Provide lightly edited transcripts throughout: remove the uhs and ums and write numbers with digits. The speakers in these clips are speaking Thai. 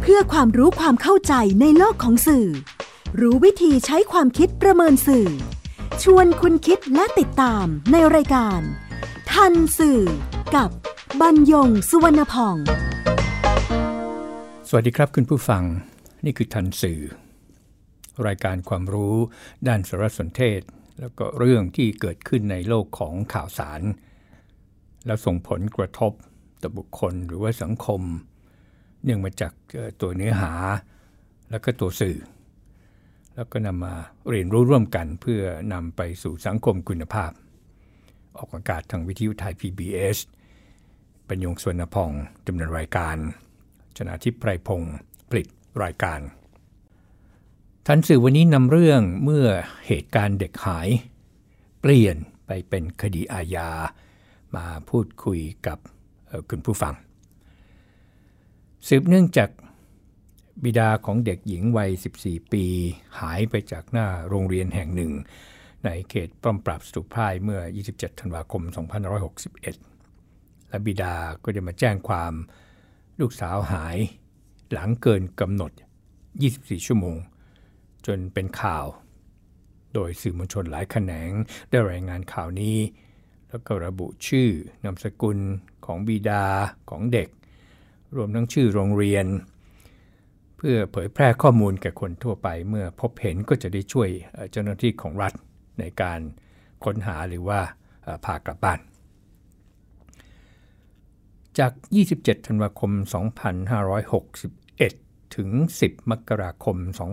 พื่อความรู้ความเข้าใจในโลกของสื่อรู้วิธีใช้ความคิดประเมินสื่อชวนคุณคิดและติดตามในรายการทันสื่อกับบรรยงสุวรรณพองสวัสดีครับคุณผู้ฟังนี่คือทันสื่อรายการความรู้ด้านสารสนเทศแล้วก็เรื่องที่เกิดขึ้นในโลกของข่าวสารแล้วส่งผลกระทบต่อบุคคลหรือว่าสังคมเนื่องมาจากตัวเนื้อหาแล้วก็ตัวสื่อแล้วก็นำมาเรียนรู้ร่วมกันเพื่อนำไปสู่สังคมคุณภาพออกอากาศทางวิทยุไทย PBS บรรยงสุวรรณพองดำเนินรายการชนาทิพย์ไพรพงศ์ผลิตรายการทันสื่อวันนี้นำเรื่องเมื่อเหตุการณ์เด็กหายเปลี่ยนไปเป็นคดีอาญามาพูดคุยกับคุณผู้ฟังสืบเนื่องจากบิดาของเด็กหญิงวัย14 ปีหายไปจากหน้าโรงเรียนแห่งหนึ่งในเขตป้อมปราบสตุพ่ายเมื่อ27 ธันวาคม 2561 และบิดาก็ได้มาแจ้งความลูกสาวหายหลังเกินกำหนด24 ชั่วโมงจนเป็นข่าวโดยสื่อมวลชนหลายแขนงได้รายงานข่าวนี้แล้วก็ระบุชื่อนามสกุลของบิดาของเด็กรวมทั้งชื่อโรงเรียนเพื่อเผยแพร่ข้อมูลแก่คนทั่วไปเมื่อพบเห็นก็จะได้ช่วยเจ้าหน้าที่ของรัฐในการค้นหาหรือว่าพากลับบ้านจาก27 ธันวาคม 2561 ถึง 10 มกราคม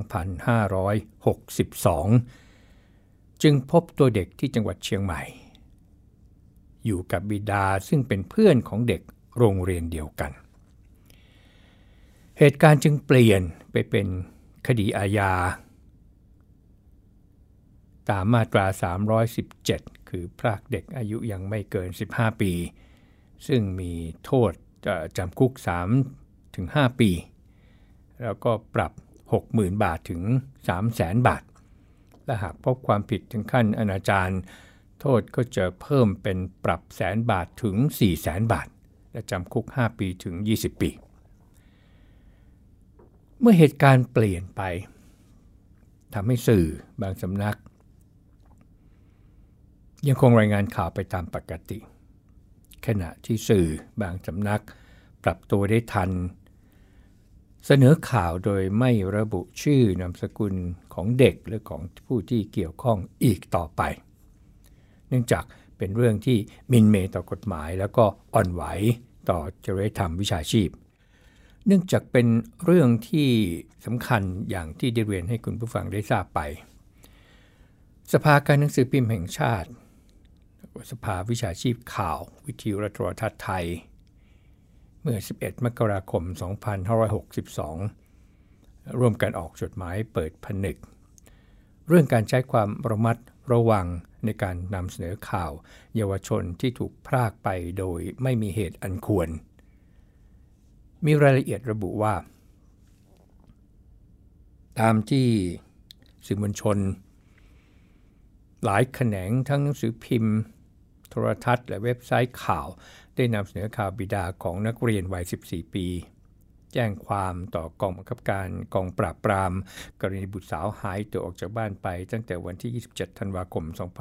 2562 จึงพบตัวเด็กที่จังหวัดเชียงใหม่อยู่กับบิดาซึ่งเป็นเพื่อนของเด็กโรงเรียนเดียวกันเหตุการณ์จึงเปลี่ยนไปเป็นคดีอาญาตามมาตรา 317 คือพรากเด็กอายุยังไม่เกิน 15 ปีซึ่งมีโทษจำคุก 3-5 ปีแล้วก็ปรับ 60,000 บาทถึง 300,000 บาทและหากพบความผิดถึงขั้นอนาจารโทษก็จะเพิ่มเป็นปรับ 100,000 บาทถึง 400,000 บาทและจำคุก 5 ปีถึง 20 ปีเมื่อเหตุการณ์เปลี่ยนไปทำให้สื่อบางสำนักยังคงรายงานข่าวไปตามปกติขณะที่สื่อบางสำนักปรับตัวได้ทันเสนอข่าวโดยไม่ระบุชื่อนามสกุลของเด็กหรือของผู้ที่เกี่ยวข้องอีกต่อไปเนื่องจากเป็นเรื่องที่หมิ่นเหม่ต่อกฎหมายแล้วก็อ่อนไหวต่อจริยธรรมวิชาชีพเนื่องจากเป็นเรื่องที่สำคัญอย่างที่ได้เรียนให้คุณผู้ฟังได้ทราบไปสภาการหนังสือพิมพ์แห่งชาติสภาวิชาชีพข่าววิทยุและโทรทัศน์ไทยเมื่อ 11 มกราคม 2562 ร่วมกันออกจดหมายเปิดผนึกเรื่องการใช้ความระมัดระวังในการนำเสนอข่าวเยาวชนที่ถูกพรากไปโดยไม่มีเหตุอันควรมีรายละเอียดระบุว่าตามที่สื่อมวลชนหลายแขนงทั้งหนังสือพิมพ์โทรทัศน์และเว็บไซต์ข่าวได้นำเสนอข่าวบิดาของนักเรียนวัย 14 ปีแจ้งความต่อกองบังคับการกองปราบปรามกรณีบุตรสาวหายตัวออกจากบ้านไปตั้งแต่วันที่ 27 ธันวาคม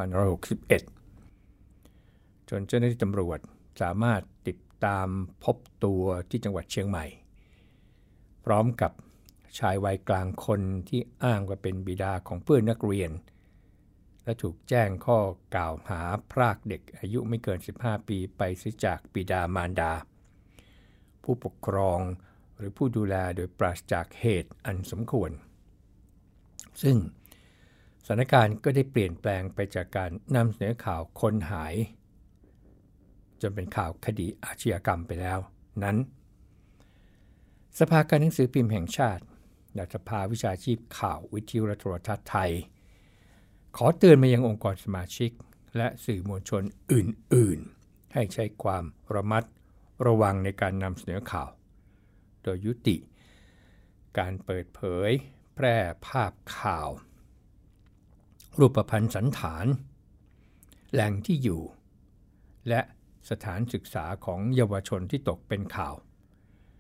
2561 จนเจ้าหน้าที่ตำรวจสามารถติดตามพบตัวที่จังหวัดเชียงใหม่พร้อมกับชายวัยกลางคนที่อ้างว่าเป็นบิดาของเพื่อนนักเรียนและถูกแจ้งข้อกล่าวหาพรากเด็กอายุไม่เกิน 15 ปีไปเสียจากบิดามารดาผู้ปกครองหรือผู้ดูแลโดยปราศจากเหตุอันสมควรซึ่งสถานการณ์ก็ได้เปลี่ยนแปลงไปจากการนำเสนอข่าวคนหายจนเป็นข่าวคดีอาชญากรรมไปแล้วนั้นสภาการหนังสือพิมพ์แห่งชาติและสภาวิชาชีพข่าววิทยุและโทรทัศน์ไทยขอเตือนมายังองค์กรสมาชิกและสื่อมวลชนอื่นๆให้ใช้ความระมัดระวังในการนำเสนอข่าวโดยยุติการเปิดเผยแพร่ภาพข่าวรูปพรรณสันฐานแหล่งที่อยู่และสถานศึกษาของเยาวชนที่ตกเป็นข่าว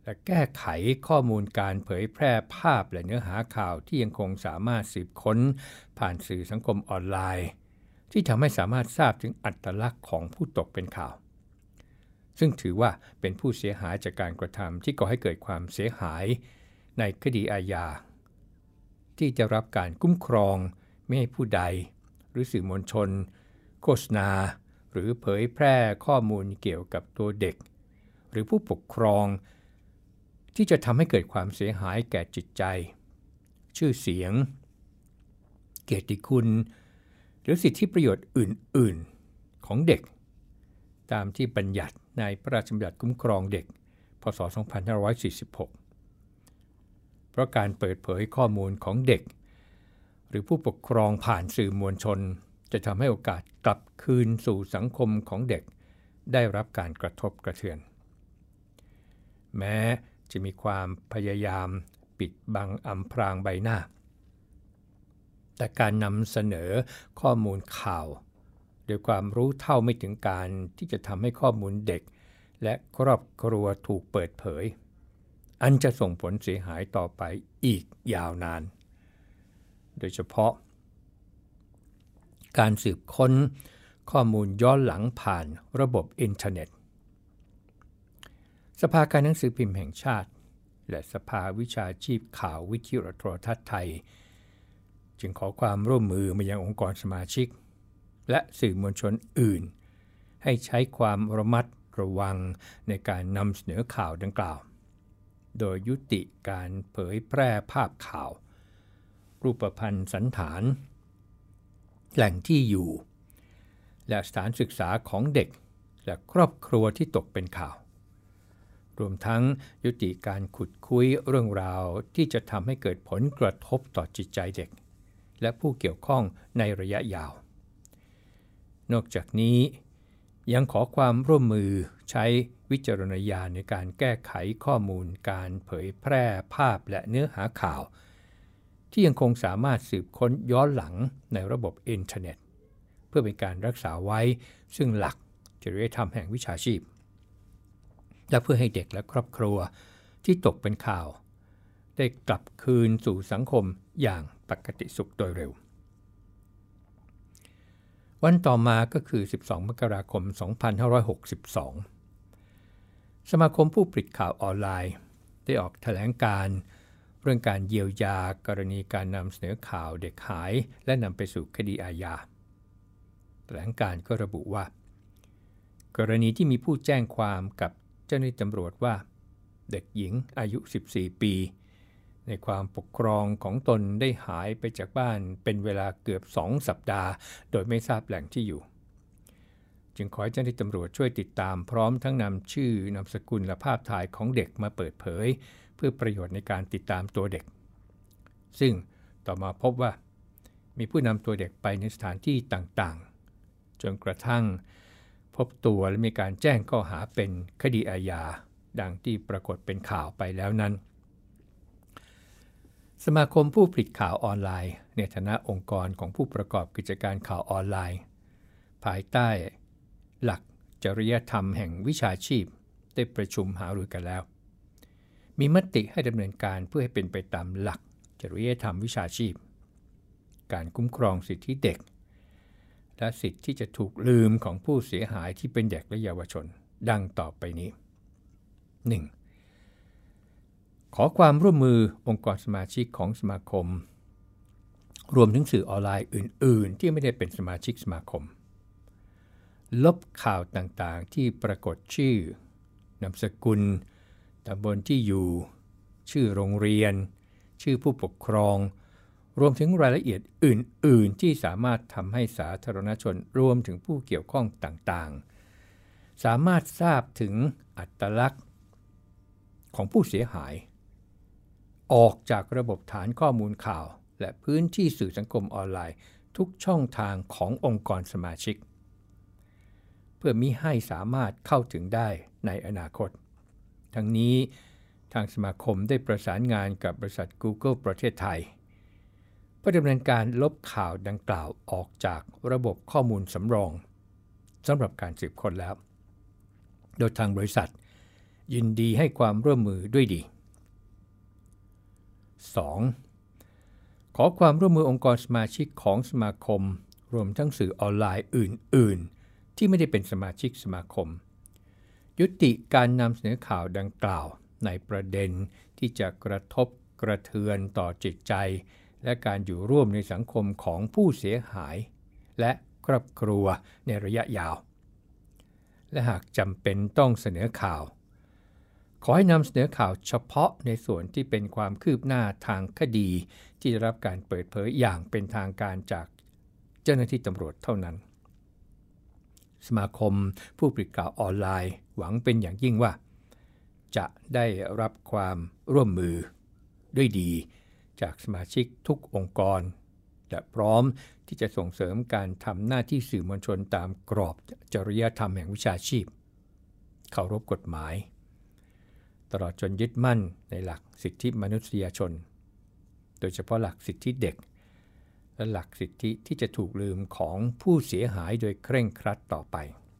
และแก้ไขข้อมูลการเผยแพร่ภาพและเนื้อหาข่าวที่ยังคงสามารถสืบค้นผ่านสื่อสังคมออนไลน์ที่ทำให้สามารถทราบถึงอัตลักษณ์ของผู้ตกเป็นข่าวซึ่งถือว่าเป็นผู้เสียหายจากการกระทำที่ก่อให้เกิดความเสียหายในคดีอาญาที่จะรับการคุ้มครองไม่ให้ผู้ใดหรือสื่อมวลชนโฆษณาหรือเผยแพร่ข้อมูลเกี่ยวกับตัวเด็กหรือผู้ปกครองที่จะทำให้เกิดความเสียหายแก่จิตใจชื่อเสียงเกียรติคุณหรือสิทธิประโยชน์อื่นๆของเด็กตามที่บัญญัติในพระราชบัญญัติคุ้มครองเด็กพ.ศ. 2546เพราะการเปิดเผยข้อมูลของเด็กหรือผู้ปกครองผ่านสื่อมวลชนจะทำให้โอกาสกลับคืนสู่สังคมของเด็กได้รับการกระทบกระเทือนแม้จะมีความพยายามปิดบังอำพรางใบหน้าแต่การนำเสนอข้อมูลข่าวโดยความรู้เท่าไม่ถึงการที่จะทำให้ข้อมูลเด็กและครอบครัวถูกเปิดเผยอันจะส่งผลเสียหายต่อไปอีกยาวนานโดยเฉพาะการสืบค้นข้อมูลย้อนหลังผ่านระบบอินเทอร์เน็ตสภาการหนังสือพิมพ์แห่งชาติและสภาวิชาชีพข่าววิทยุโทรทัศน์ไทยจึงขอความร่วมมือมายังองค์กรสมาชิกและสื่อมวลชนอื่นให้ใช้ความระมัดระวังในการนำเสนอข่าวดังกล่าวโดยยุติการเผยแพร่ภาพข่าวรูปพรรณสันฐานแหล่งที่อยู่และสถานศึกษาของเด็กและครอบครัวที่ตกเป็นข่าวรวมทั้งยุติการขุดคุยเรื่องราวที่จะทำให้เกิดผลกระทบต่อจิตใจเด็กและผู้เกี่ยวข้องในระยะยาวนอกจากนี้ยังขอความร่วมมือใช้วิจารณญาณในการแก้ไขข้อมูลการเผยแพร่ภาพและเนื้อหาข่าวที่ยังคงสามารถสืบค้นย้อนหลังในระบบอินเทอร์เน็ตเพื่อเป็นการรักษาไว้ซึ่งหลักจริยธรรมแห่งวิชาชีพและเพื่อให้เด็กและครอบครัวที่ตกเป็นข่าวได้กลับคืนสู่สังคมอย่างปกติสุขโดยเร็ววันต่อมาก็คือ12 มกราคม 2562 สมาคมผู้ผลิตข่าวออนไลน์ได้ออกแถลงการณ์เรื่องการเยียวยากรณีการนำเสนอข่าวเด็กหายและนำไปสู่คดีอาญาแถลงการณ์ก็ระบุว่ากรณีที่มีผู้แจ้งความกับเจ้าหน้าที่ตำรวจว่าเด็กหญิงอายุ14 ปีในความปกครองของตนได้หายไปจากบ้านเป็นเวลาเกือบ2 สัปดาห์โดยไม่ทราบแหล่งที่อยู่จึงขอให้เจ้าหน้าที่ตำรวจช่วยติดตามพร้อมทั้งนำชื่อนามสกุลและภาพถ่ายของเด็กมาเปิดเผยเพื่อประโยชน์ในการติดตามตัวเด็กซึ่งต่อมาพบว่ามีผู้นำตัวเด็กไปในสถานที่ต่างๆจนกระทั่งพบตัวและมีการแจ้งข้อหาเป็นคดีอาญาดังที่ปรากฏเป็นข่าวไปแล้วนั้นสมาคมผู้ผลิตข่าวออนไลน์ในฐานะองค์กรของผู้ประกอบกิจการข่าวออนไลน์ภายใต้หลักจริยธรรมแห่งวิชาชีพได้ประชุมหารือกันแล้วมีมติให้ดำเนินการเพื่อให้เป็นไปตามหลักจริยธรรมวิชาชีพการคุ้มครองสิทธิเด็กและสิทธิที่จะถูกลืมของผู้เสียหายที่เป็นเด็กและเยาวชนดังต่อไปนี้ 1. ขอความร่วมมือองค์กรสมาชิกของสมาคมรวมถึงสื่อออนไลน์อื่นๆที่ไม่ได้เป็นสมาชิกสมาคมลบข่าวต่างๆที่ปรากฏชื่อนามสกุลตำบลที่อยู่ชื่อโรงเรียนชื่อผู้ปกครองรวมถึงรายละเอียดอื่นๆที่สามารถทำให้สาธารณชนรวมถึงผู้เกี่ยวข้องต่างๆสามารถทราบถึงอัตลักษณ์ของผู้เสียหายออกจากระบบฐานข้อมูลข่าวและพื้นที่สื่อสังคมออนไลน์ทุกช่องทางขององค์กรสมาชิกเพื่อมิให้สามารถเข้าถึงได้ในอนาคตทั้งนี้ทางสมาคมได้ประสานงานกับบริษัท Google ประเทศไทยเพื่อดำเนินการลบข่าวดังกล่าวออกจากระบบข้อมูลสำรองสำหรับการสืบค้นแล้วโดยทางบริษัทยินดีให้ความร่วมมือด้วยดี 2. ขอความร่วมมือองค์กรสมาชิกของสมาคมรวมทั้งสื่อออนไลน์อื่นๆที่ไม่ได้เป็นสมาชิกสมาคมยุติการนำเสนอข่าวดังกล่าวในประเด็นที่จะกระทบกระเทือนต่อจิตใจและการอยู่ร่วมในสังคมของผู้เสียหายและครอบครัวในระยะยาวและหากจำเป็นต้องเสนอข่าวขอให้นำเสนอข่าวเฉพาะในส่วนที่เป็นความคืบหน้าทางคดีที่ได้รับการเปิดเผยอย่างเป็นทางการจากเจ้าหน้าที่ตำรวจเท่านั้นสมาคมผู้ผลิตข่าวออนไลน์หวังเป็นอย่างยิ่งว่าจะได้รับความร่วมมือด้วยดีจากสมาชิกทุกองค์กรและพร้อมที่จะส่งเสริมการทำหน้าที่สื่อมวลชนตามกรอบจริยธรรมแห่งวิชาชีพเคารพกฎหมายตลอดจนยึดมั่นในหลักสิทธิมนุษยชนโดยเฉพาะหลักสิทธิเด็กและหลักสิทธิที่จะถูกลืมของผู้เสียหายโดยเคร่งครัดต่อไป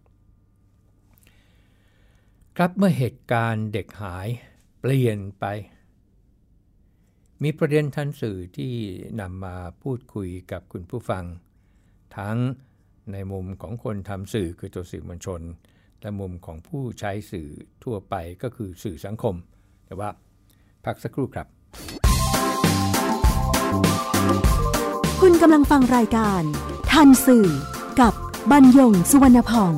ครับเมื่อเหตุการณ์เด็กหายเปลี่ยนไปมีประเด็นทันสื่อที่นำมาพูดคุยกับคุณผู้ฟังทั้งในมุมของคนทำสื่อคือตัวสื่อมวลชนและมุมของผู้ใช้สื่อทั่วไปก็คือสื่อสังคมแต่ว่าพักสักครู่ครับคุณกำลังฟังรายการทันสื่อกับบรรยงสุวรรณพอง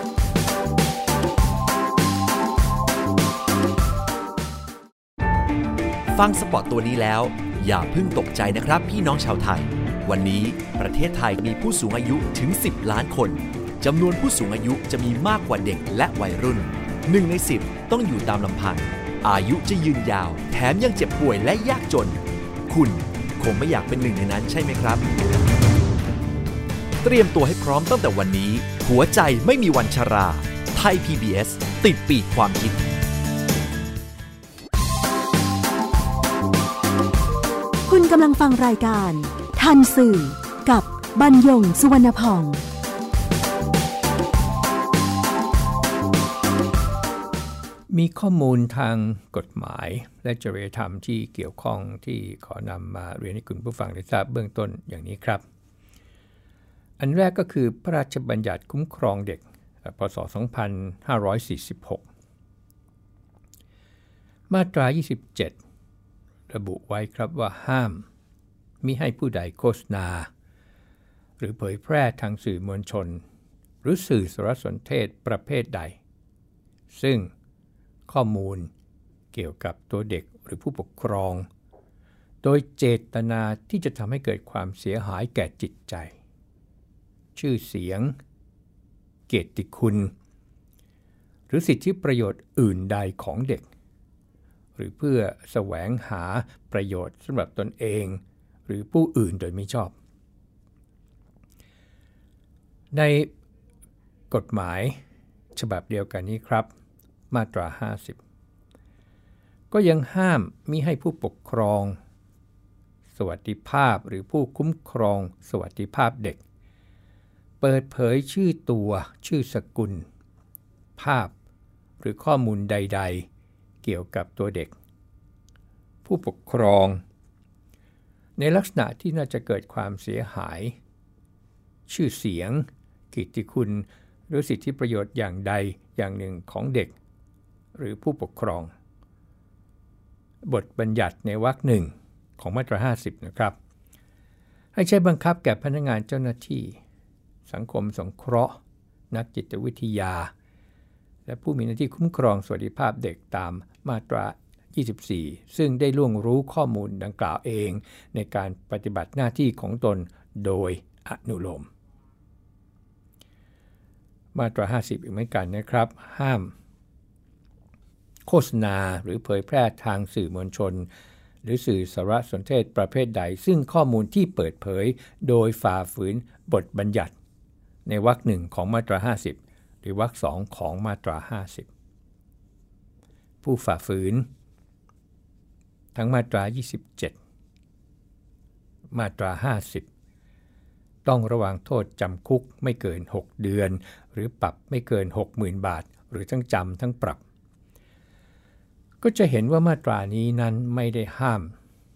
ฟังสปอตตัวนี้แล้วอย่าเพิ่งตกใจนะครับพี่น้องชาวไทยวันนี้ประเทศไทยมีผู้สูงอายุถึง10 ล้านคนจำนวนผู้สูงอายุจะมีมากกว่าเด็กและวัยรุ่น1 ใน 10ต้องอยู่ตามลำพังอายุจะยืนยาวแถมยังเจ็บป่วยและยากจนคุณคงไม่อยากเป็นหนึ่งในนั้นใช่ไหมครับเตรียมตัวให้พร้อมตั้งแต่วันนี้หัวใจไม่มีวันชราไทย PBS ติดปีกความคิดคุณกำลังฟังรายการทันสื่อกับบรรยงสุวรรณพองมีข้อมูลทางกฎหมายและจริยธรรมที่เกี่ยวข้องที่ขอนำมาเรียนให้คุณผู้ฟังได้ทราบเบื้องต้นอย่างนี้ครับอันแรกก็คือพระราชบัญญัติคุ้มครองเด็กพ.ศ. 2546มาตรา27ระบุไว้ครับว่าห้ามมิให้ผู้ใดโฆษณาหรือเผยแพร่ทางสื่อมวลชนหรือสื่อสารสนเทศประเภทใดซึ่งข้อมูลเกี่ยวกับตัวเด็กหรือผู้ปกครองโดยเจตนาที่จะทำให้เกิดความเสียหายแก่จิตใจชื่อเสียงเกียรติคุณหรือสิทธิประโยชน์อื่นใดของเด็กหรือเพื่อแสวงหาประโยชน์สำหรับตนเองหรือผู้อื่นโดยมิชอบในกฎหมายฉบับเดียวกันนี้ครับมาตรา50ก็ยังห้ามมิให้ผู้ปกครองสวัสดิภาพหรือผู้คุ้มครองสวัสดิภาพเด็กเปิดเผยชื่อตัวชื่อสกุลภาพหรือข้อมูลใดๆเกี่ยวกับตัวเด็กผู้ปกครองในลักษณะที่น่าจะเกิดความเสียหายชื่อเสียงเกียรติคุณหรือสิทธิประโยชน์อย่างใดอย่างหนึ่งของเด็กหรือผู้ปกครองบทบัญญัติในวรรคหนึ่งของมาตรา50นะครับให้ใช้บังคับแก่พนักงานเจ้าหน้าที่สังคมสงเคราะห์นักจิตวิทยาและผู้มีหน้าที่คุ้มครองสวัสดิภาพเด็กตามมาตรา24ซึ่งได้ล่วงรู้ข้อมูลดังกล่าวเองในการปฏิบัติหน้าที่ของตนโดยอนุโลมมาตรา50อีกเหมือนกันนะครับห้ามโฆษณาหรือเผยแพร่ทางสื่อมวลชนหรือสื่อสารสนเทศประเภทใดซึ่งข้อมูลที่เปิดเผยโดยฝ่าฝืนบทบัญญัติในวรรค1ของมาตรา50หรือวรรค2ของมาตรา50ผู้ฝ่าฝืนทั้งมาตรา27มาตรา50ต้องระวังโทษจำคุกไม่เกิน6 เดือนหรือปรับไม่เกิน 60,000 บาทหรือทั้งจำทั้งปรับก็จะเห็นว่ามาตรานี้นั้นไม่ได้ห้าม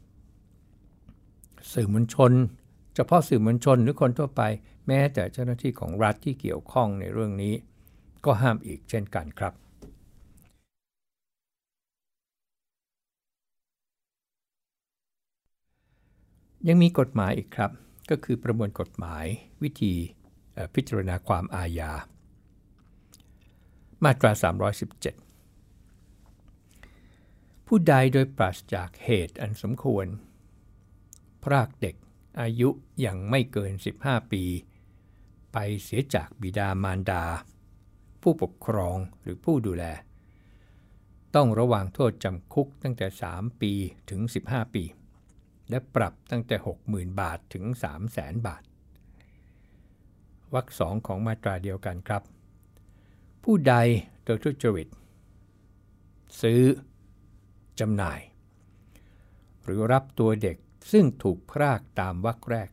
สื่อมวลชนเฉพาะสื่อมวลชนหรือคนทั่วไปแม้แต่เจ้าหน้าที่ของรัฐที่เกี่ยวข้องในเรื่องนี้ก็ห้ามอีกเช่นกันครับยังมีกฎหมายอีกครับก็คือประมวลกฎหมายวิธีพิจารณาความอาญามาตรา317ผู้ใดโดยปราศจากเหตุอันสมควรพรากเด็กอายุยังไม่เกิน15ปีไปเสียจากบิดามารดาผู้ปกครองหรือผู้ดูแลต้องระวางโทษจำคุกตั้งแต่3ปีถึง15ปีและปรับตั้งแต่ 60,000 บาทถึง 300,000 บาทวรรค2ของมาตราเดียวกันครับผู้ใดโดยทุจริตซื้อจำหน่ายหรือรับตัวเด็กซึ่งถูกพรากตามวรรคแรก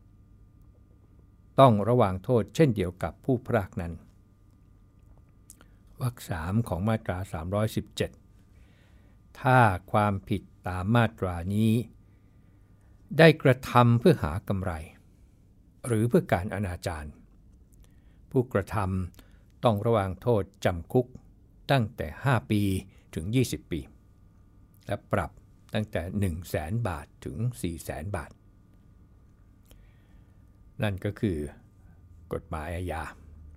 ต้องระวางโทษเช่นเดียวกับผู้พรากนั้นวรรค3ของมาตรา317ถ้าความผิดตามมาตรานี้ได้กระทำเพื่อหากำไรหรือเพื่อการอนาจารผู้กระทำต้องระวางโทษจำคุกตั้งแต่5ปีถึง20ปีและปรับตั้งแต่ 100,000 บาทถึง 400,000 บาทนั่นก็คือกฎหมายอาญา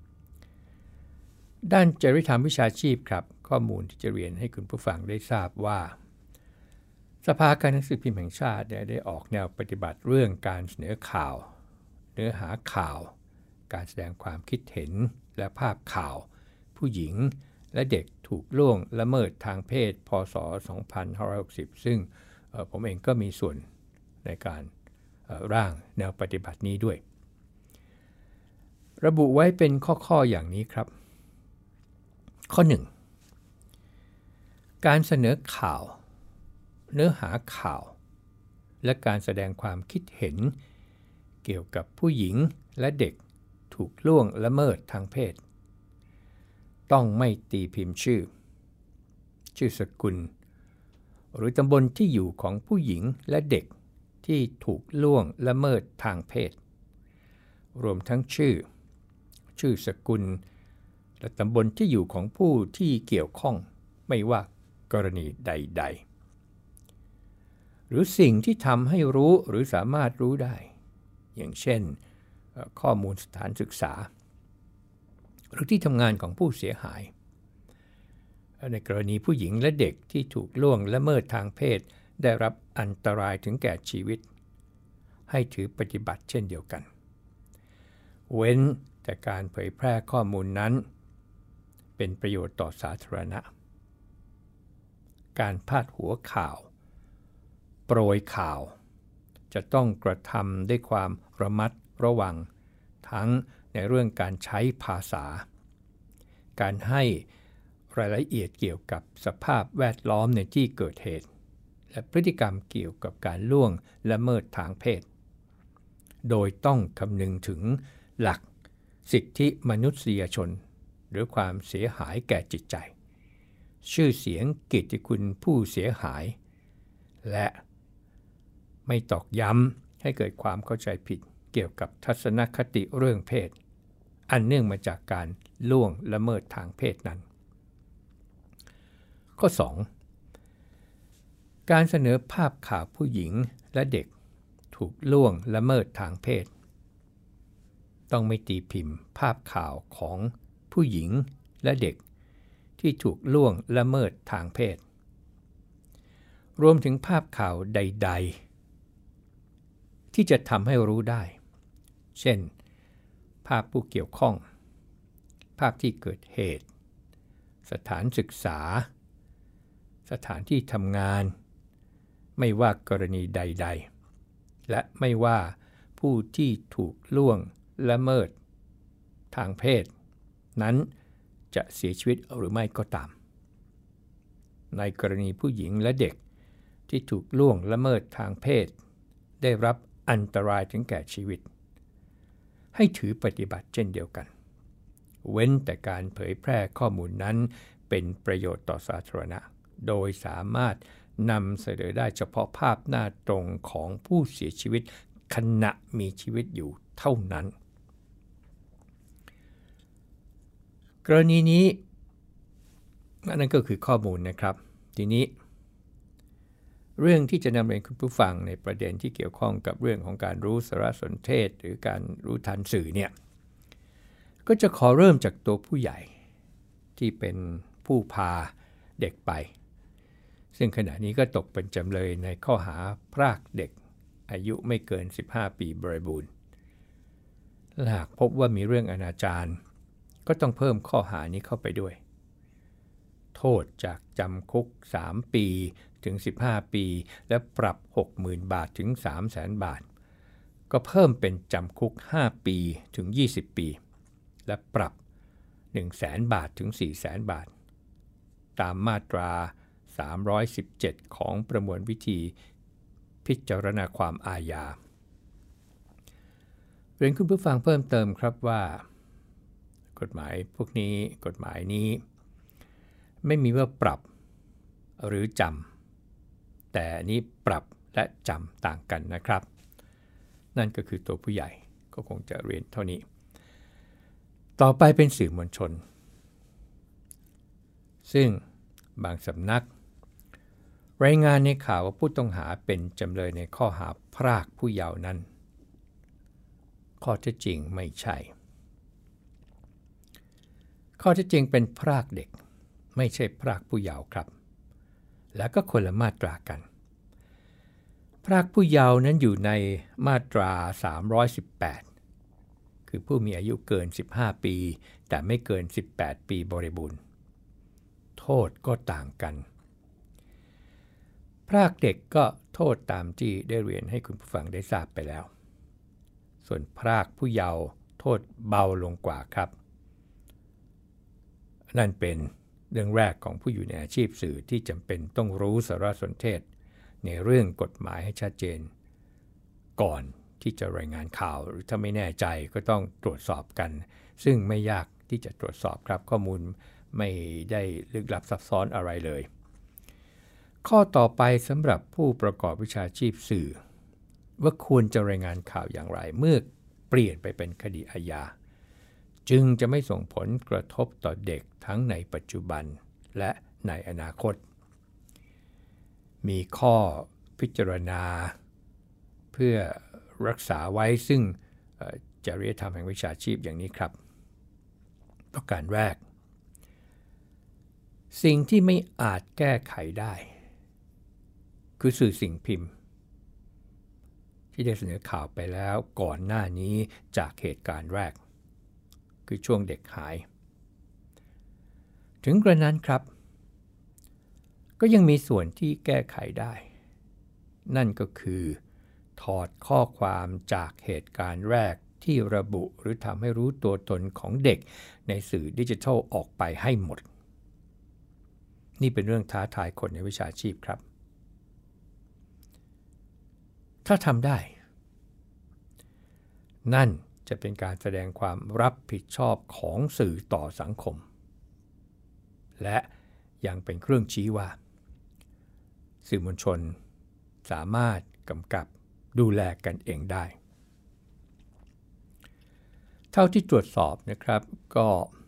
ด้านจริยธรรมวิชาชีพครับข้อมูลที่จะเรียนให้คุณผู้ฟังได้ทราบว่าสภาการหนังสือพิมพ์แห่งชาติได้ออกแนวปฏิบัติเรื่องการเสนอข่าวเนื้อหาข่าวการแสดงความคิดเห็นและภาพข่าวผู้หญิงและเด็กถูกล่วงละเมิดทางเพศพ.ศ. 2560ซึ่งผมเองก็มีส่วนในการร่างแนวปฏิบัตินี้ด้วยระบุไว้เป็นข้ออย่างนี้ครับข้อ 1. การเสนอข่าวเนื้อหาข่าวและการแสดงความคิดเห็นเกี่ยวกับผู้หญิงและเด็กถูกล่วงละเมิดทางเพศต้องไม่ตีพิมพ์ชื่อสกุลหรือตำบลที่อยู่ของผู้หญิงและเด็กที่ถูกล่วงละเมิดทางเพศรวมทั้งชื่อสกุลและตำบลที่อยู่ของผู้ที่เกี่ยวข้องไม่ว่ากรณีใดๆหรือสิ่งที่ทำให้รู้หรือสามารถรู้ได้อย่างเช่นข้อมูลสถานศึกษาหรือที่ทำงานของผู้เสียหายในกรณีผู้หญิงและเด็กที่ถูกล่วงละเมิดทางเพศได้รับอันตรายถึงแก่ชีวิตให้ถือปฏิบัติเช่นเดียวกันเว้นแต่การเผยแพร่ข้อมูลนั้นเป็นประโยชน์ต่อสาธารณะการพาดหัวข่าวโปรยข่าวจะต้องกระทำด้วยความระมัดระวังทั้งในเรื่องการใช้ภาษาการให้รายละเอียดเกี่ยวกับสภาพแวดล้อมในที่เกิดเหตุและพฤติกรรมเกี่ยวกับการล่วงละเมิดทางเพศโดยต้องคำนึงถึงหลักสิทธิมนุษยชนหรือความเสียหายแก่จิตใจชื่อเสียงเกียรติคุณผู้เสียหายและไม่ตอกย้ำให้เกิดความเข้าใจผิดเกี่ยวกับทัศนคติเรื่องเพศอันเนื่องมาจากการล่วงละเมิดทางเพศนั้นข้อ 2. การเสนอภาพข่าวผู้หญิงและเด็กถูกล่วงละเมิดทางเพศต้องไม่ตีพิมพ์ภาพข่าวของผู้หญิงและเด็กที่ถูกล่วงละเมิดทางเพศรวมถึงภาพข่าวใดๆที่จะทำให้รู้ได้เช่นภาพผู้เกี่ยวข้องภาพที่เกิดเหตุสถานศึกษาสถานที่ทำงานไม่ว่ากรณีใดๆและไม่ว่าผู้ที่ถูกล่วงละเมิดทางเพศนั้นจะเสียชีวิตหรือไม่ก็ตามในกรณีผู้หญิงและเด็กที่ถูกล่วงละเมิดทางเพศได้รับอันตรายถึงแก่ชีวิตให้ถือปฏิบัติเช่นเดียวกันเว้นแต่การเผยแพร่ข้อมูลนั้นเป็นประโยชน์ต่อสาธารณะโดยสามารถนำเสนอได้เฉพาะภาพหน้าตรงของผู้เสียชีวิตขณะมีชีวิตอยู่เท่านั้นกรณีนี้นั่นก็คือข้อมูลนะครับทีนี้เรื่องที่จะนำเรียนคุณผู้ฟังในประเด็นที่เกี่ยวข้องกับเรื่องของการรู้สารสนเทศหรือการรู้ทันสื่อเนี่ยก็จะขอเริ่มจากตัวผู้ใหญ่ที่เป็นผู้พาเด็กไปซึ่งขณะนี้ก็ตกเป็นจำเลยในข้อหาพรากเด็กอายุไม่เกิน15ปีบริบูรณ์หากพบว่ามีเรื่องอนาจารก็ต้องเพิ่มข้อหานี้เข้าไปด้วยโทษจากจำคุก3ปีถึง15ปีและปรับ 60,000 บาทถึง 300,000 บาทก็เพิ่มเป็นจำคุก5ปีถึง20ปีและปรับ 100,000 บาทถึง 400,000 บาทตามมาตรา317ของประมวลวิธีพิจารณาความอาญาเรียนคุณผู้ฟังเพิ่มเติมครับว่ากฎหมายพวกนี้กฎหมายนี้ไม่มีว่าปรับหรือจำแต่นี้ปรับและจำต่างกันนะครับนั่นก็คือตัวผู้ใหญ่ก็คงจะเรียนเท่านี้ต่อไปเป็นสื่อมวลชนซึ่งบางสำนักรายงานในข่าวว่าผู้ต้องหาเป็นจำเลยในข้อหาพรากผู้เยาว์นั้นข้อเท็จจริงไม่ใช่ข้อเท็จจริงเป็นพรากเด็กไม่ใช่พรากผู้เยาว์ครับและก็คนละมาตรากันพรากผู้เยาว์นั้นอยู่ในมาตรา318คือผู้มีอายุเกิน15ปีแต่ไม่เกิน18ปีบริบูรณ์โทษก็ต่างกันพรากเด็กก็โทษตามที่ได้เรียนให้คุณผู้ฟังได้ทราบไปแล้วส่วนพรากผู้เยาว์โทษเบาลงกว่าครับนั่นเป็นเรื่องแรกของผู้อยู่ในอาชีพสื่อที่จำเป็นต้องรู้สารสนเทศในเรื่องกฎหมายให้ชัดเจนก่อนที่จะรายงานข่าวหรือถ้าไม่แน่ใจก็ต้องตรวจสอบกันซึ่งไม่ยากที่จะตรวจสอบครับข้อมูลไม่ได้ลึกลับซับซ้อนอะไรเลยข้อต่อไปสำหรับผู้ประกอบวิชาชีพสื่อว่าควรจะรายงานข่าวอย่างไรเมื่อเปลี่ยนไปเป็นคดีอาญาจึงจะไม่ส่งผลกระทบต่อเด็กทั้งในปัจจุบันและในอนาคตมีข้อพิจารณาเพื่อรักษาไว้ซึ่งจริยธรรมแห่งวิชาชีพอย่างนี้ครับประการแรกสิ่งที่ไม่อาจแก้ไขได้คือสื่อสิ่งพิมพ์ที่ได้เสนอข่าวไปแล้วก่อนหน้านี้จากเหตุการณ์แรกคือช่วงเด็กหายถึงกระนั้นครับก็ยังมีส่วนที่แก้ไขได้นั่นก็คือถอดข้อความจากเหตุการณ์แรกที่ระบุหรือทำให้รู้ตัวตนของเด็กในสื่อดิจิทัลออกไปให้หมดนี่เป็นเรื่องท้าทายคนในวิชาชีพครับถ้าทำได้นั่นจะเป็นการแสดงความรับผิดชอบของสื่อต่อสังคมและยังเป็นเครื่องชี้ว่าสื่อมวลชนสามารถกำกับดูแลกันเองได้เท่าที่ตรวจสอบนะครับก็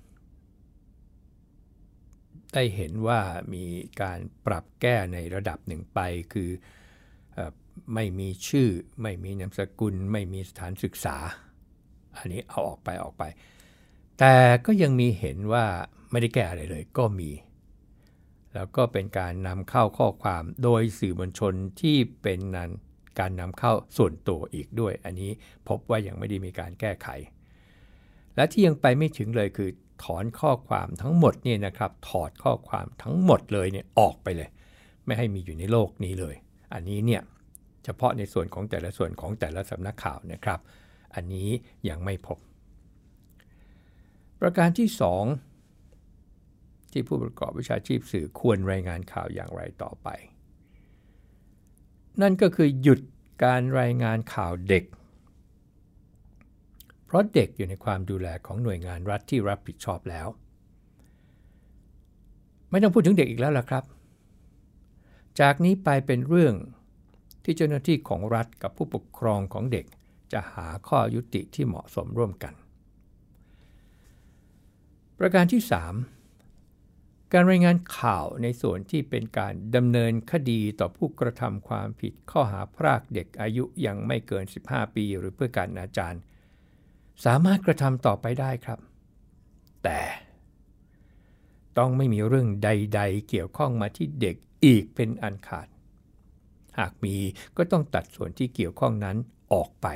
ได้เห็นว่ามีการปรับแก้ในระดับหนึ่งไปคือไม่มีชื่อไม่มีนามสกุลไม่มีสถานศึกษาอันนี้เอาออกไปแต่ก็ยังมีเห็นว่าไม่ได้แก้อะไรเลยก็มีแล้วก็เป็นการนำเข้าข้อความโดยสื่อมวลชนที่เป็นการนำเข้าส่วนตัวอีกด้วยอันนี้พบว่ายังไม่ได้มีการแก้ไขและที่ยังไปไม่ถึงเลยคือถอนข้อความทั้งหมดเนี่ยนะครับถอดข้อความทั้งหมดเลยเนี่ยออกไปเลยไม่ให้มีอยู่ในโลกนี้เลยอันนี้เนี่ยเฉพาะในส่วนของแต่ละส่วนของแต่ละสำนักข่าวนะครับอันนี้ยังไม่พบประการที่2ที่ผู้ประกอบวิชาชีพสื่อควรรายงานข่าวอย่างไรต่อไปนั่นก็คือหยุดการรายงานข่าวเด็กเพราะเด็กอยู่ในความดูแลของหน่วยงานรัฐที่รับผิดชอบแล้วไม่ต้องพูดถึงเด็กอีกแล้วล่ะครับจากนี้ไปเป็นเรื่องที่เจ้าหน้าที่ของรัฐกับผู้ปกครองของเด็กจะหาข้อยุติที่เหมาะสมร่วมกันประการที่ 3การรายงานข่าวในส่วนที่เป็นการดำเนินคดีต่อผู้กระทำความผิดข้อหาพรากเด็กอายุยังไม่เกิน15ปีหรือเพื่อการอนาจารสามารถกระทำต่อไปได้ครับแต่ต้องไม่มีเรื่องใดๆเกี่ยวข้องมาที่เด็กอีกเป็นอันขาดหากมีก็ต้องตัดส่วนที่เกี่ยวข้องนั้นออกไป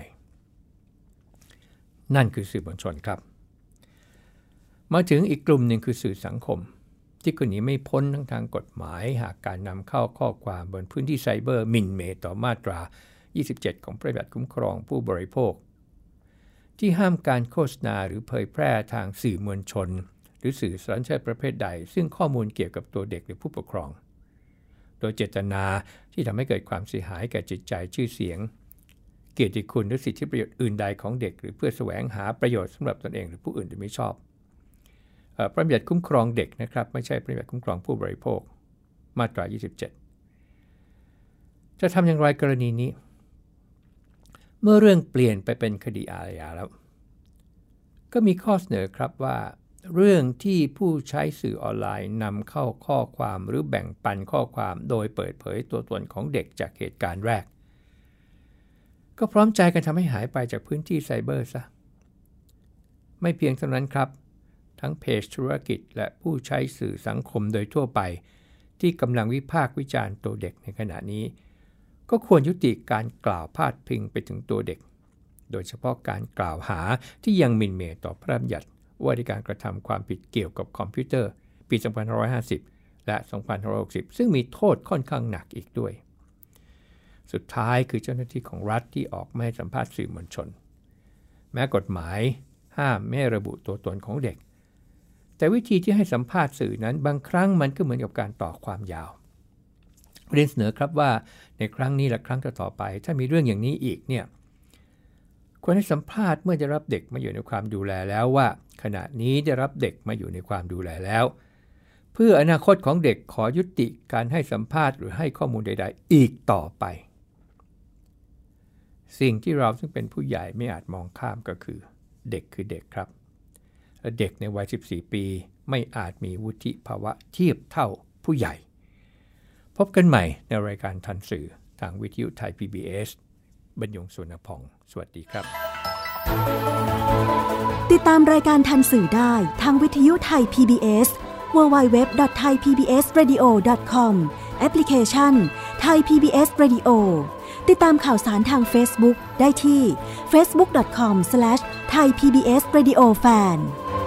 นั่นคือสื่อมวลชนครับมาถึงอีกกลุ่มหนึ่งคือสื่อสังคมที่ก็หนีไม่พ้นทั้งทางกฎหมายหากการนำเข้าข้อความบนพื้นที่ไซเบอร์หมิ่นเหม่ต่อมาตรา27ของพระราชบัญญัติคุ้มครองผู้บริโภคที่ห้ามการโฆษณาหรือเผยแพร่ทางสื่อมวลชนหรือสื่อสารเชิดประเภทใดซึ่งข้อมูลเกี่ยวกับตัวเด็กหรือผู้ปกครองโดยเจตนาที่ทำให้เกิดความเสียหายแก่จิตใจชื่อเสียงเกียรติคุณหรือสิทธิประโยชน์อื่นใดของเด็กหรือเพื่อแสวงหาประโยชน์สำหรับตนเองหรือผู้อื่นโดยไม่ชอบพระราชบัญญัติคุ้มครองเด็กนะครับไม่ใช่พระราชบัญญัติคุ้มครองผู้บริโภคมาตรา27จะทำอย่างไรกรณีนี้เมื่อเรื่องเปลี่ยนไปเป็นคดีอาญาแล้วก็มีข้อเสนอครับว่าเรื่องที่ผู้ใช้สื่อออนไลน์นำเข้าข้อความหรือแบ่งปันข้อความโดยเปิดเผยตัวตนของเด็กจากเหตุการณ์แรกก็พร้อมใจกันทำให้หายไปจากพื้นที่ไซเบอร์ซะไม่เพียงเท่านั้นครับทั้งเพจธุรกิจและผู้ใช้สื่อสังคมโดยทั่วไปที่กำลังวิพากษ์วิจารณ์ตัวเด็กในขณะนี้ก็ควรยุติการกล่าวพาดพิงไปถึงตัวเด็กโดยเฉพาะการกล่าวหาที่ยังหมิ่นเหม่ต่อพระราชบัญญัติว่าด้วยการกระทำความผิดเกี่ยวกับคอมพิวเตอร์ปี 2550 และ 2560 ซึ่งมีโทษค่อนข้างหนักอีกด้วยสุดท้ายคือเจ้าหน้าที่ของรัฐที่ออกมาให้สัมภาษณ์สื่อมวลชนแม้กฎหมายห้ามไม่ระบุตัวตนของเด็กแต่วิธีที่ให้สัมภาษณ์สื่อนั้นบางครั้งมันก็เหมือนกับการต่อความยาวเรียนเสนอครับว่าในครั้งนี้และครั้งต่อไปถ้ามีเรื่องอย่างนี้อีกเนี่ยควรให้สัมภาษณ์เมื่อจะรับเด็กมาอยู่ในความดูแลแล้วว่าขณะนี้ได้รับเด็กมาอยู่ในความดูแลแล้วเพื่ออนาคตของเด็กขอยุติการให้สัมภาษณ์หรือให้ข้อมูลใดๆอีกต่อไปสิ่งที่เราซึ่งเป็นผู้ใหญ่ไม่อาจมองข้ามก็คือเด็กคือเด็กครับและเด็กในวัย14ปีไม่อาจมีวุฒิภาวะเทียบเท่าผู้ใหญ่พบกันใหม่ในรายการทันสื่อทางวิทยุไทย PBS บรรยงสุวรรณพงศ์สวัสดีครับติดตามรายการทันสื่อได้ทางวิทยุไทย PBS www.thaipbsradio.com แอปพลิเคชัน Thai PBS Radio ติดตามข่าวสารทาง Facebook ได้ที่ facebook.com/thaipbsradiofan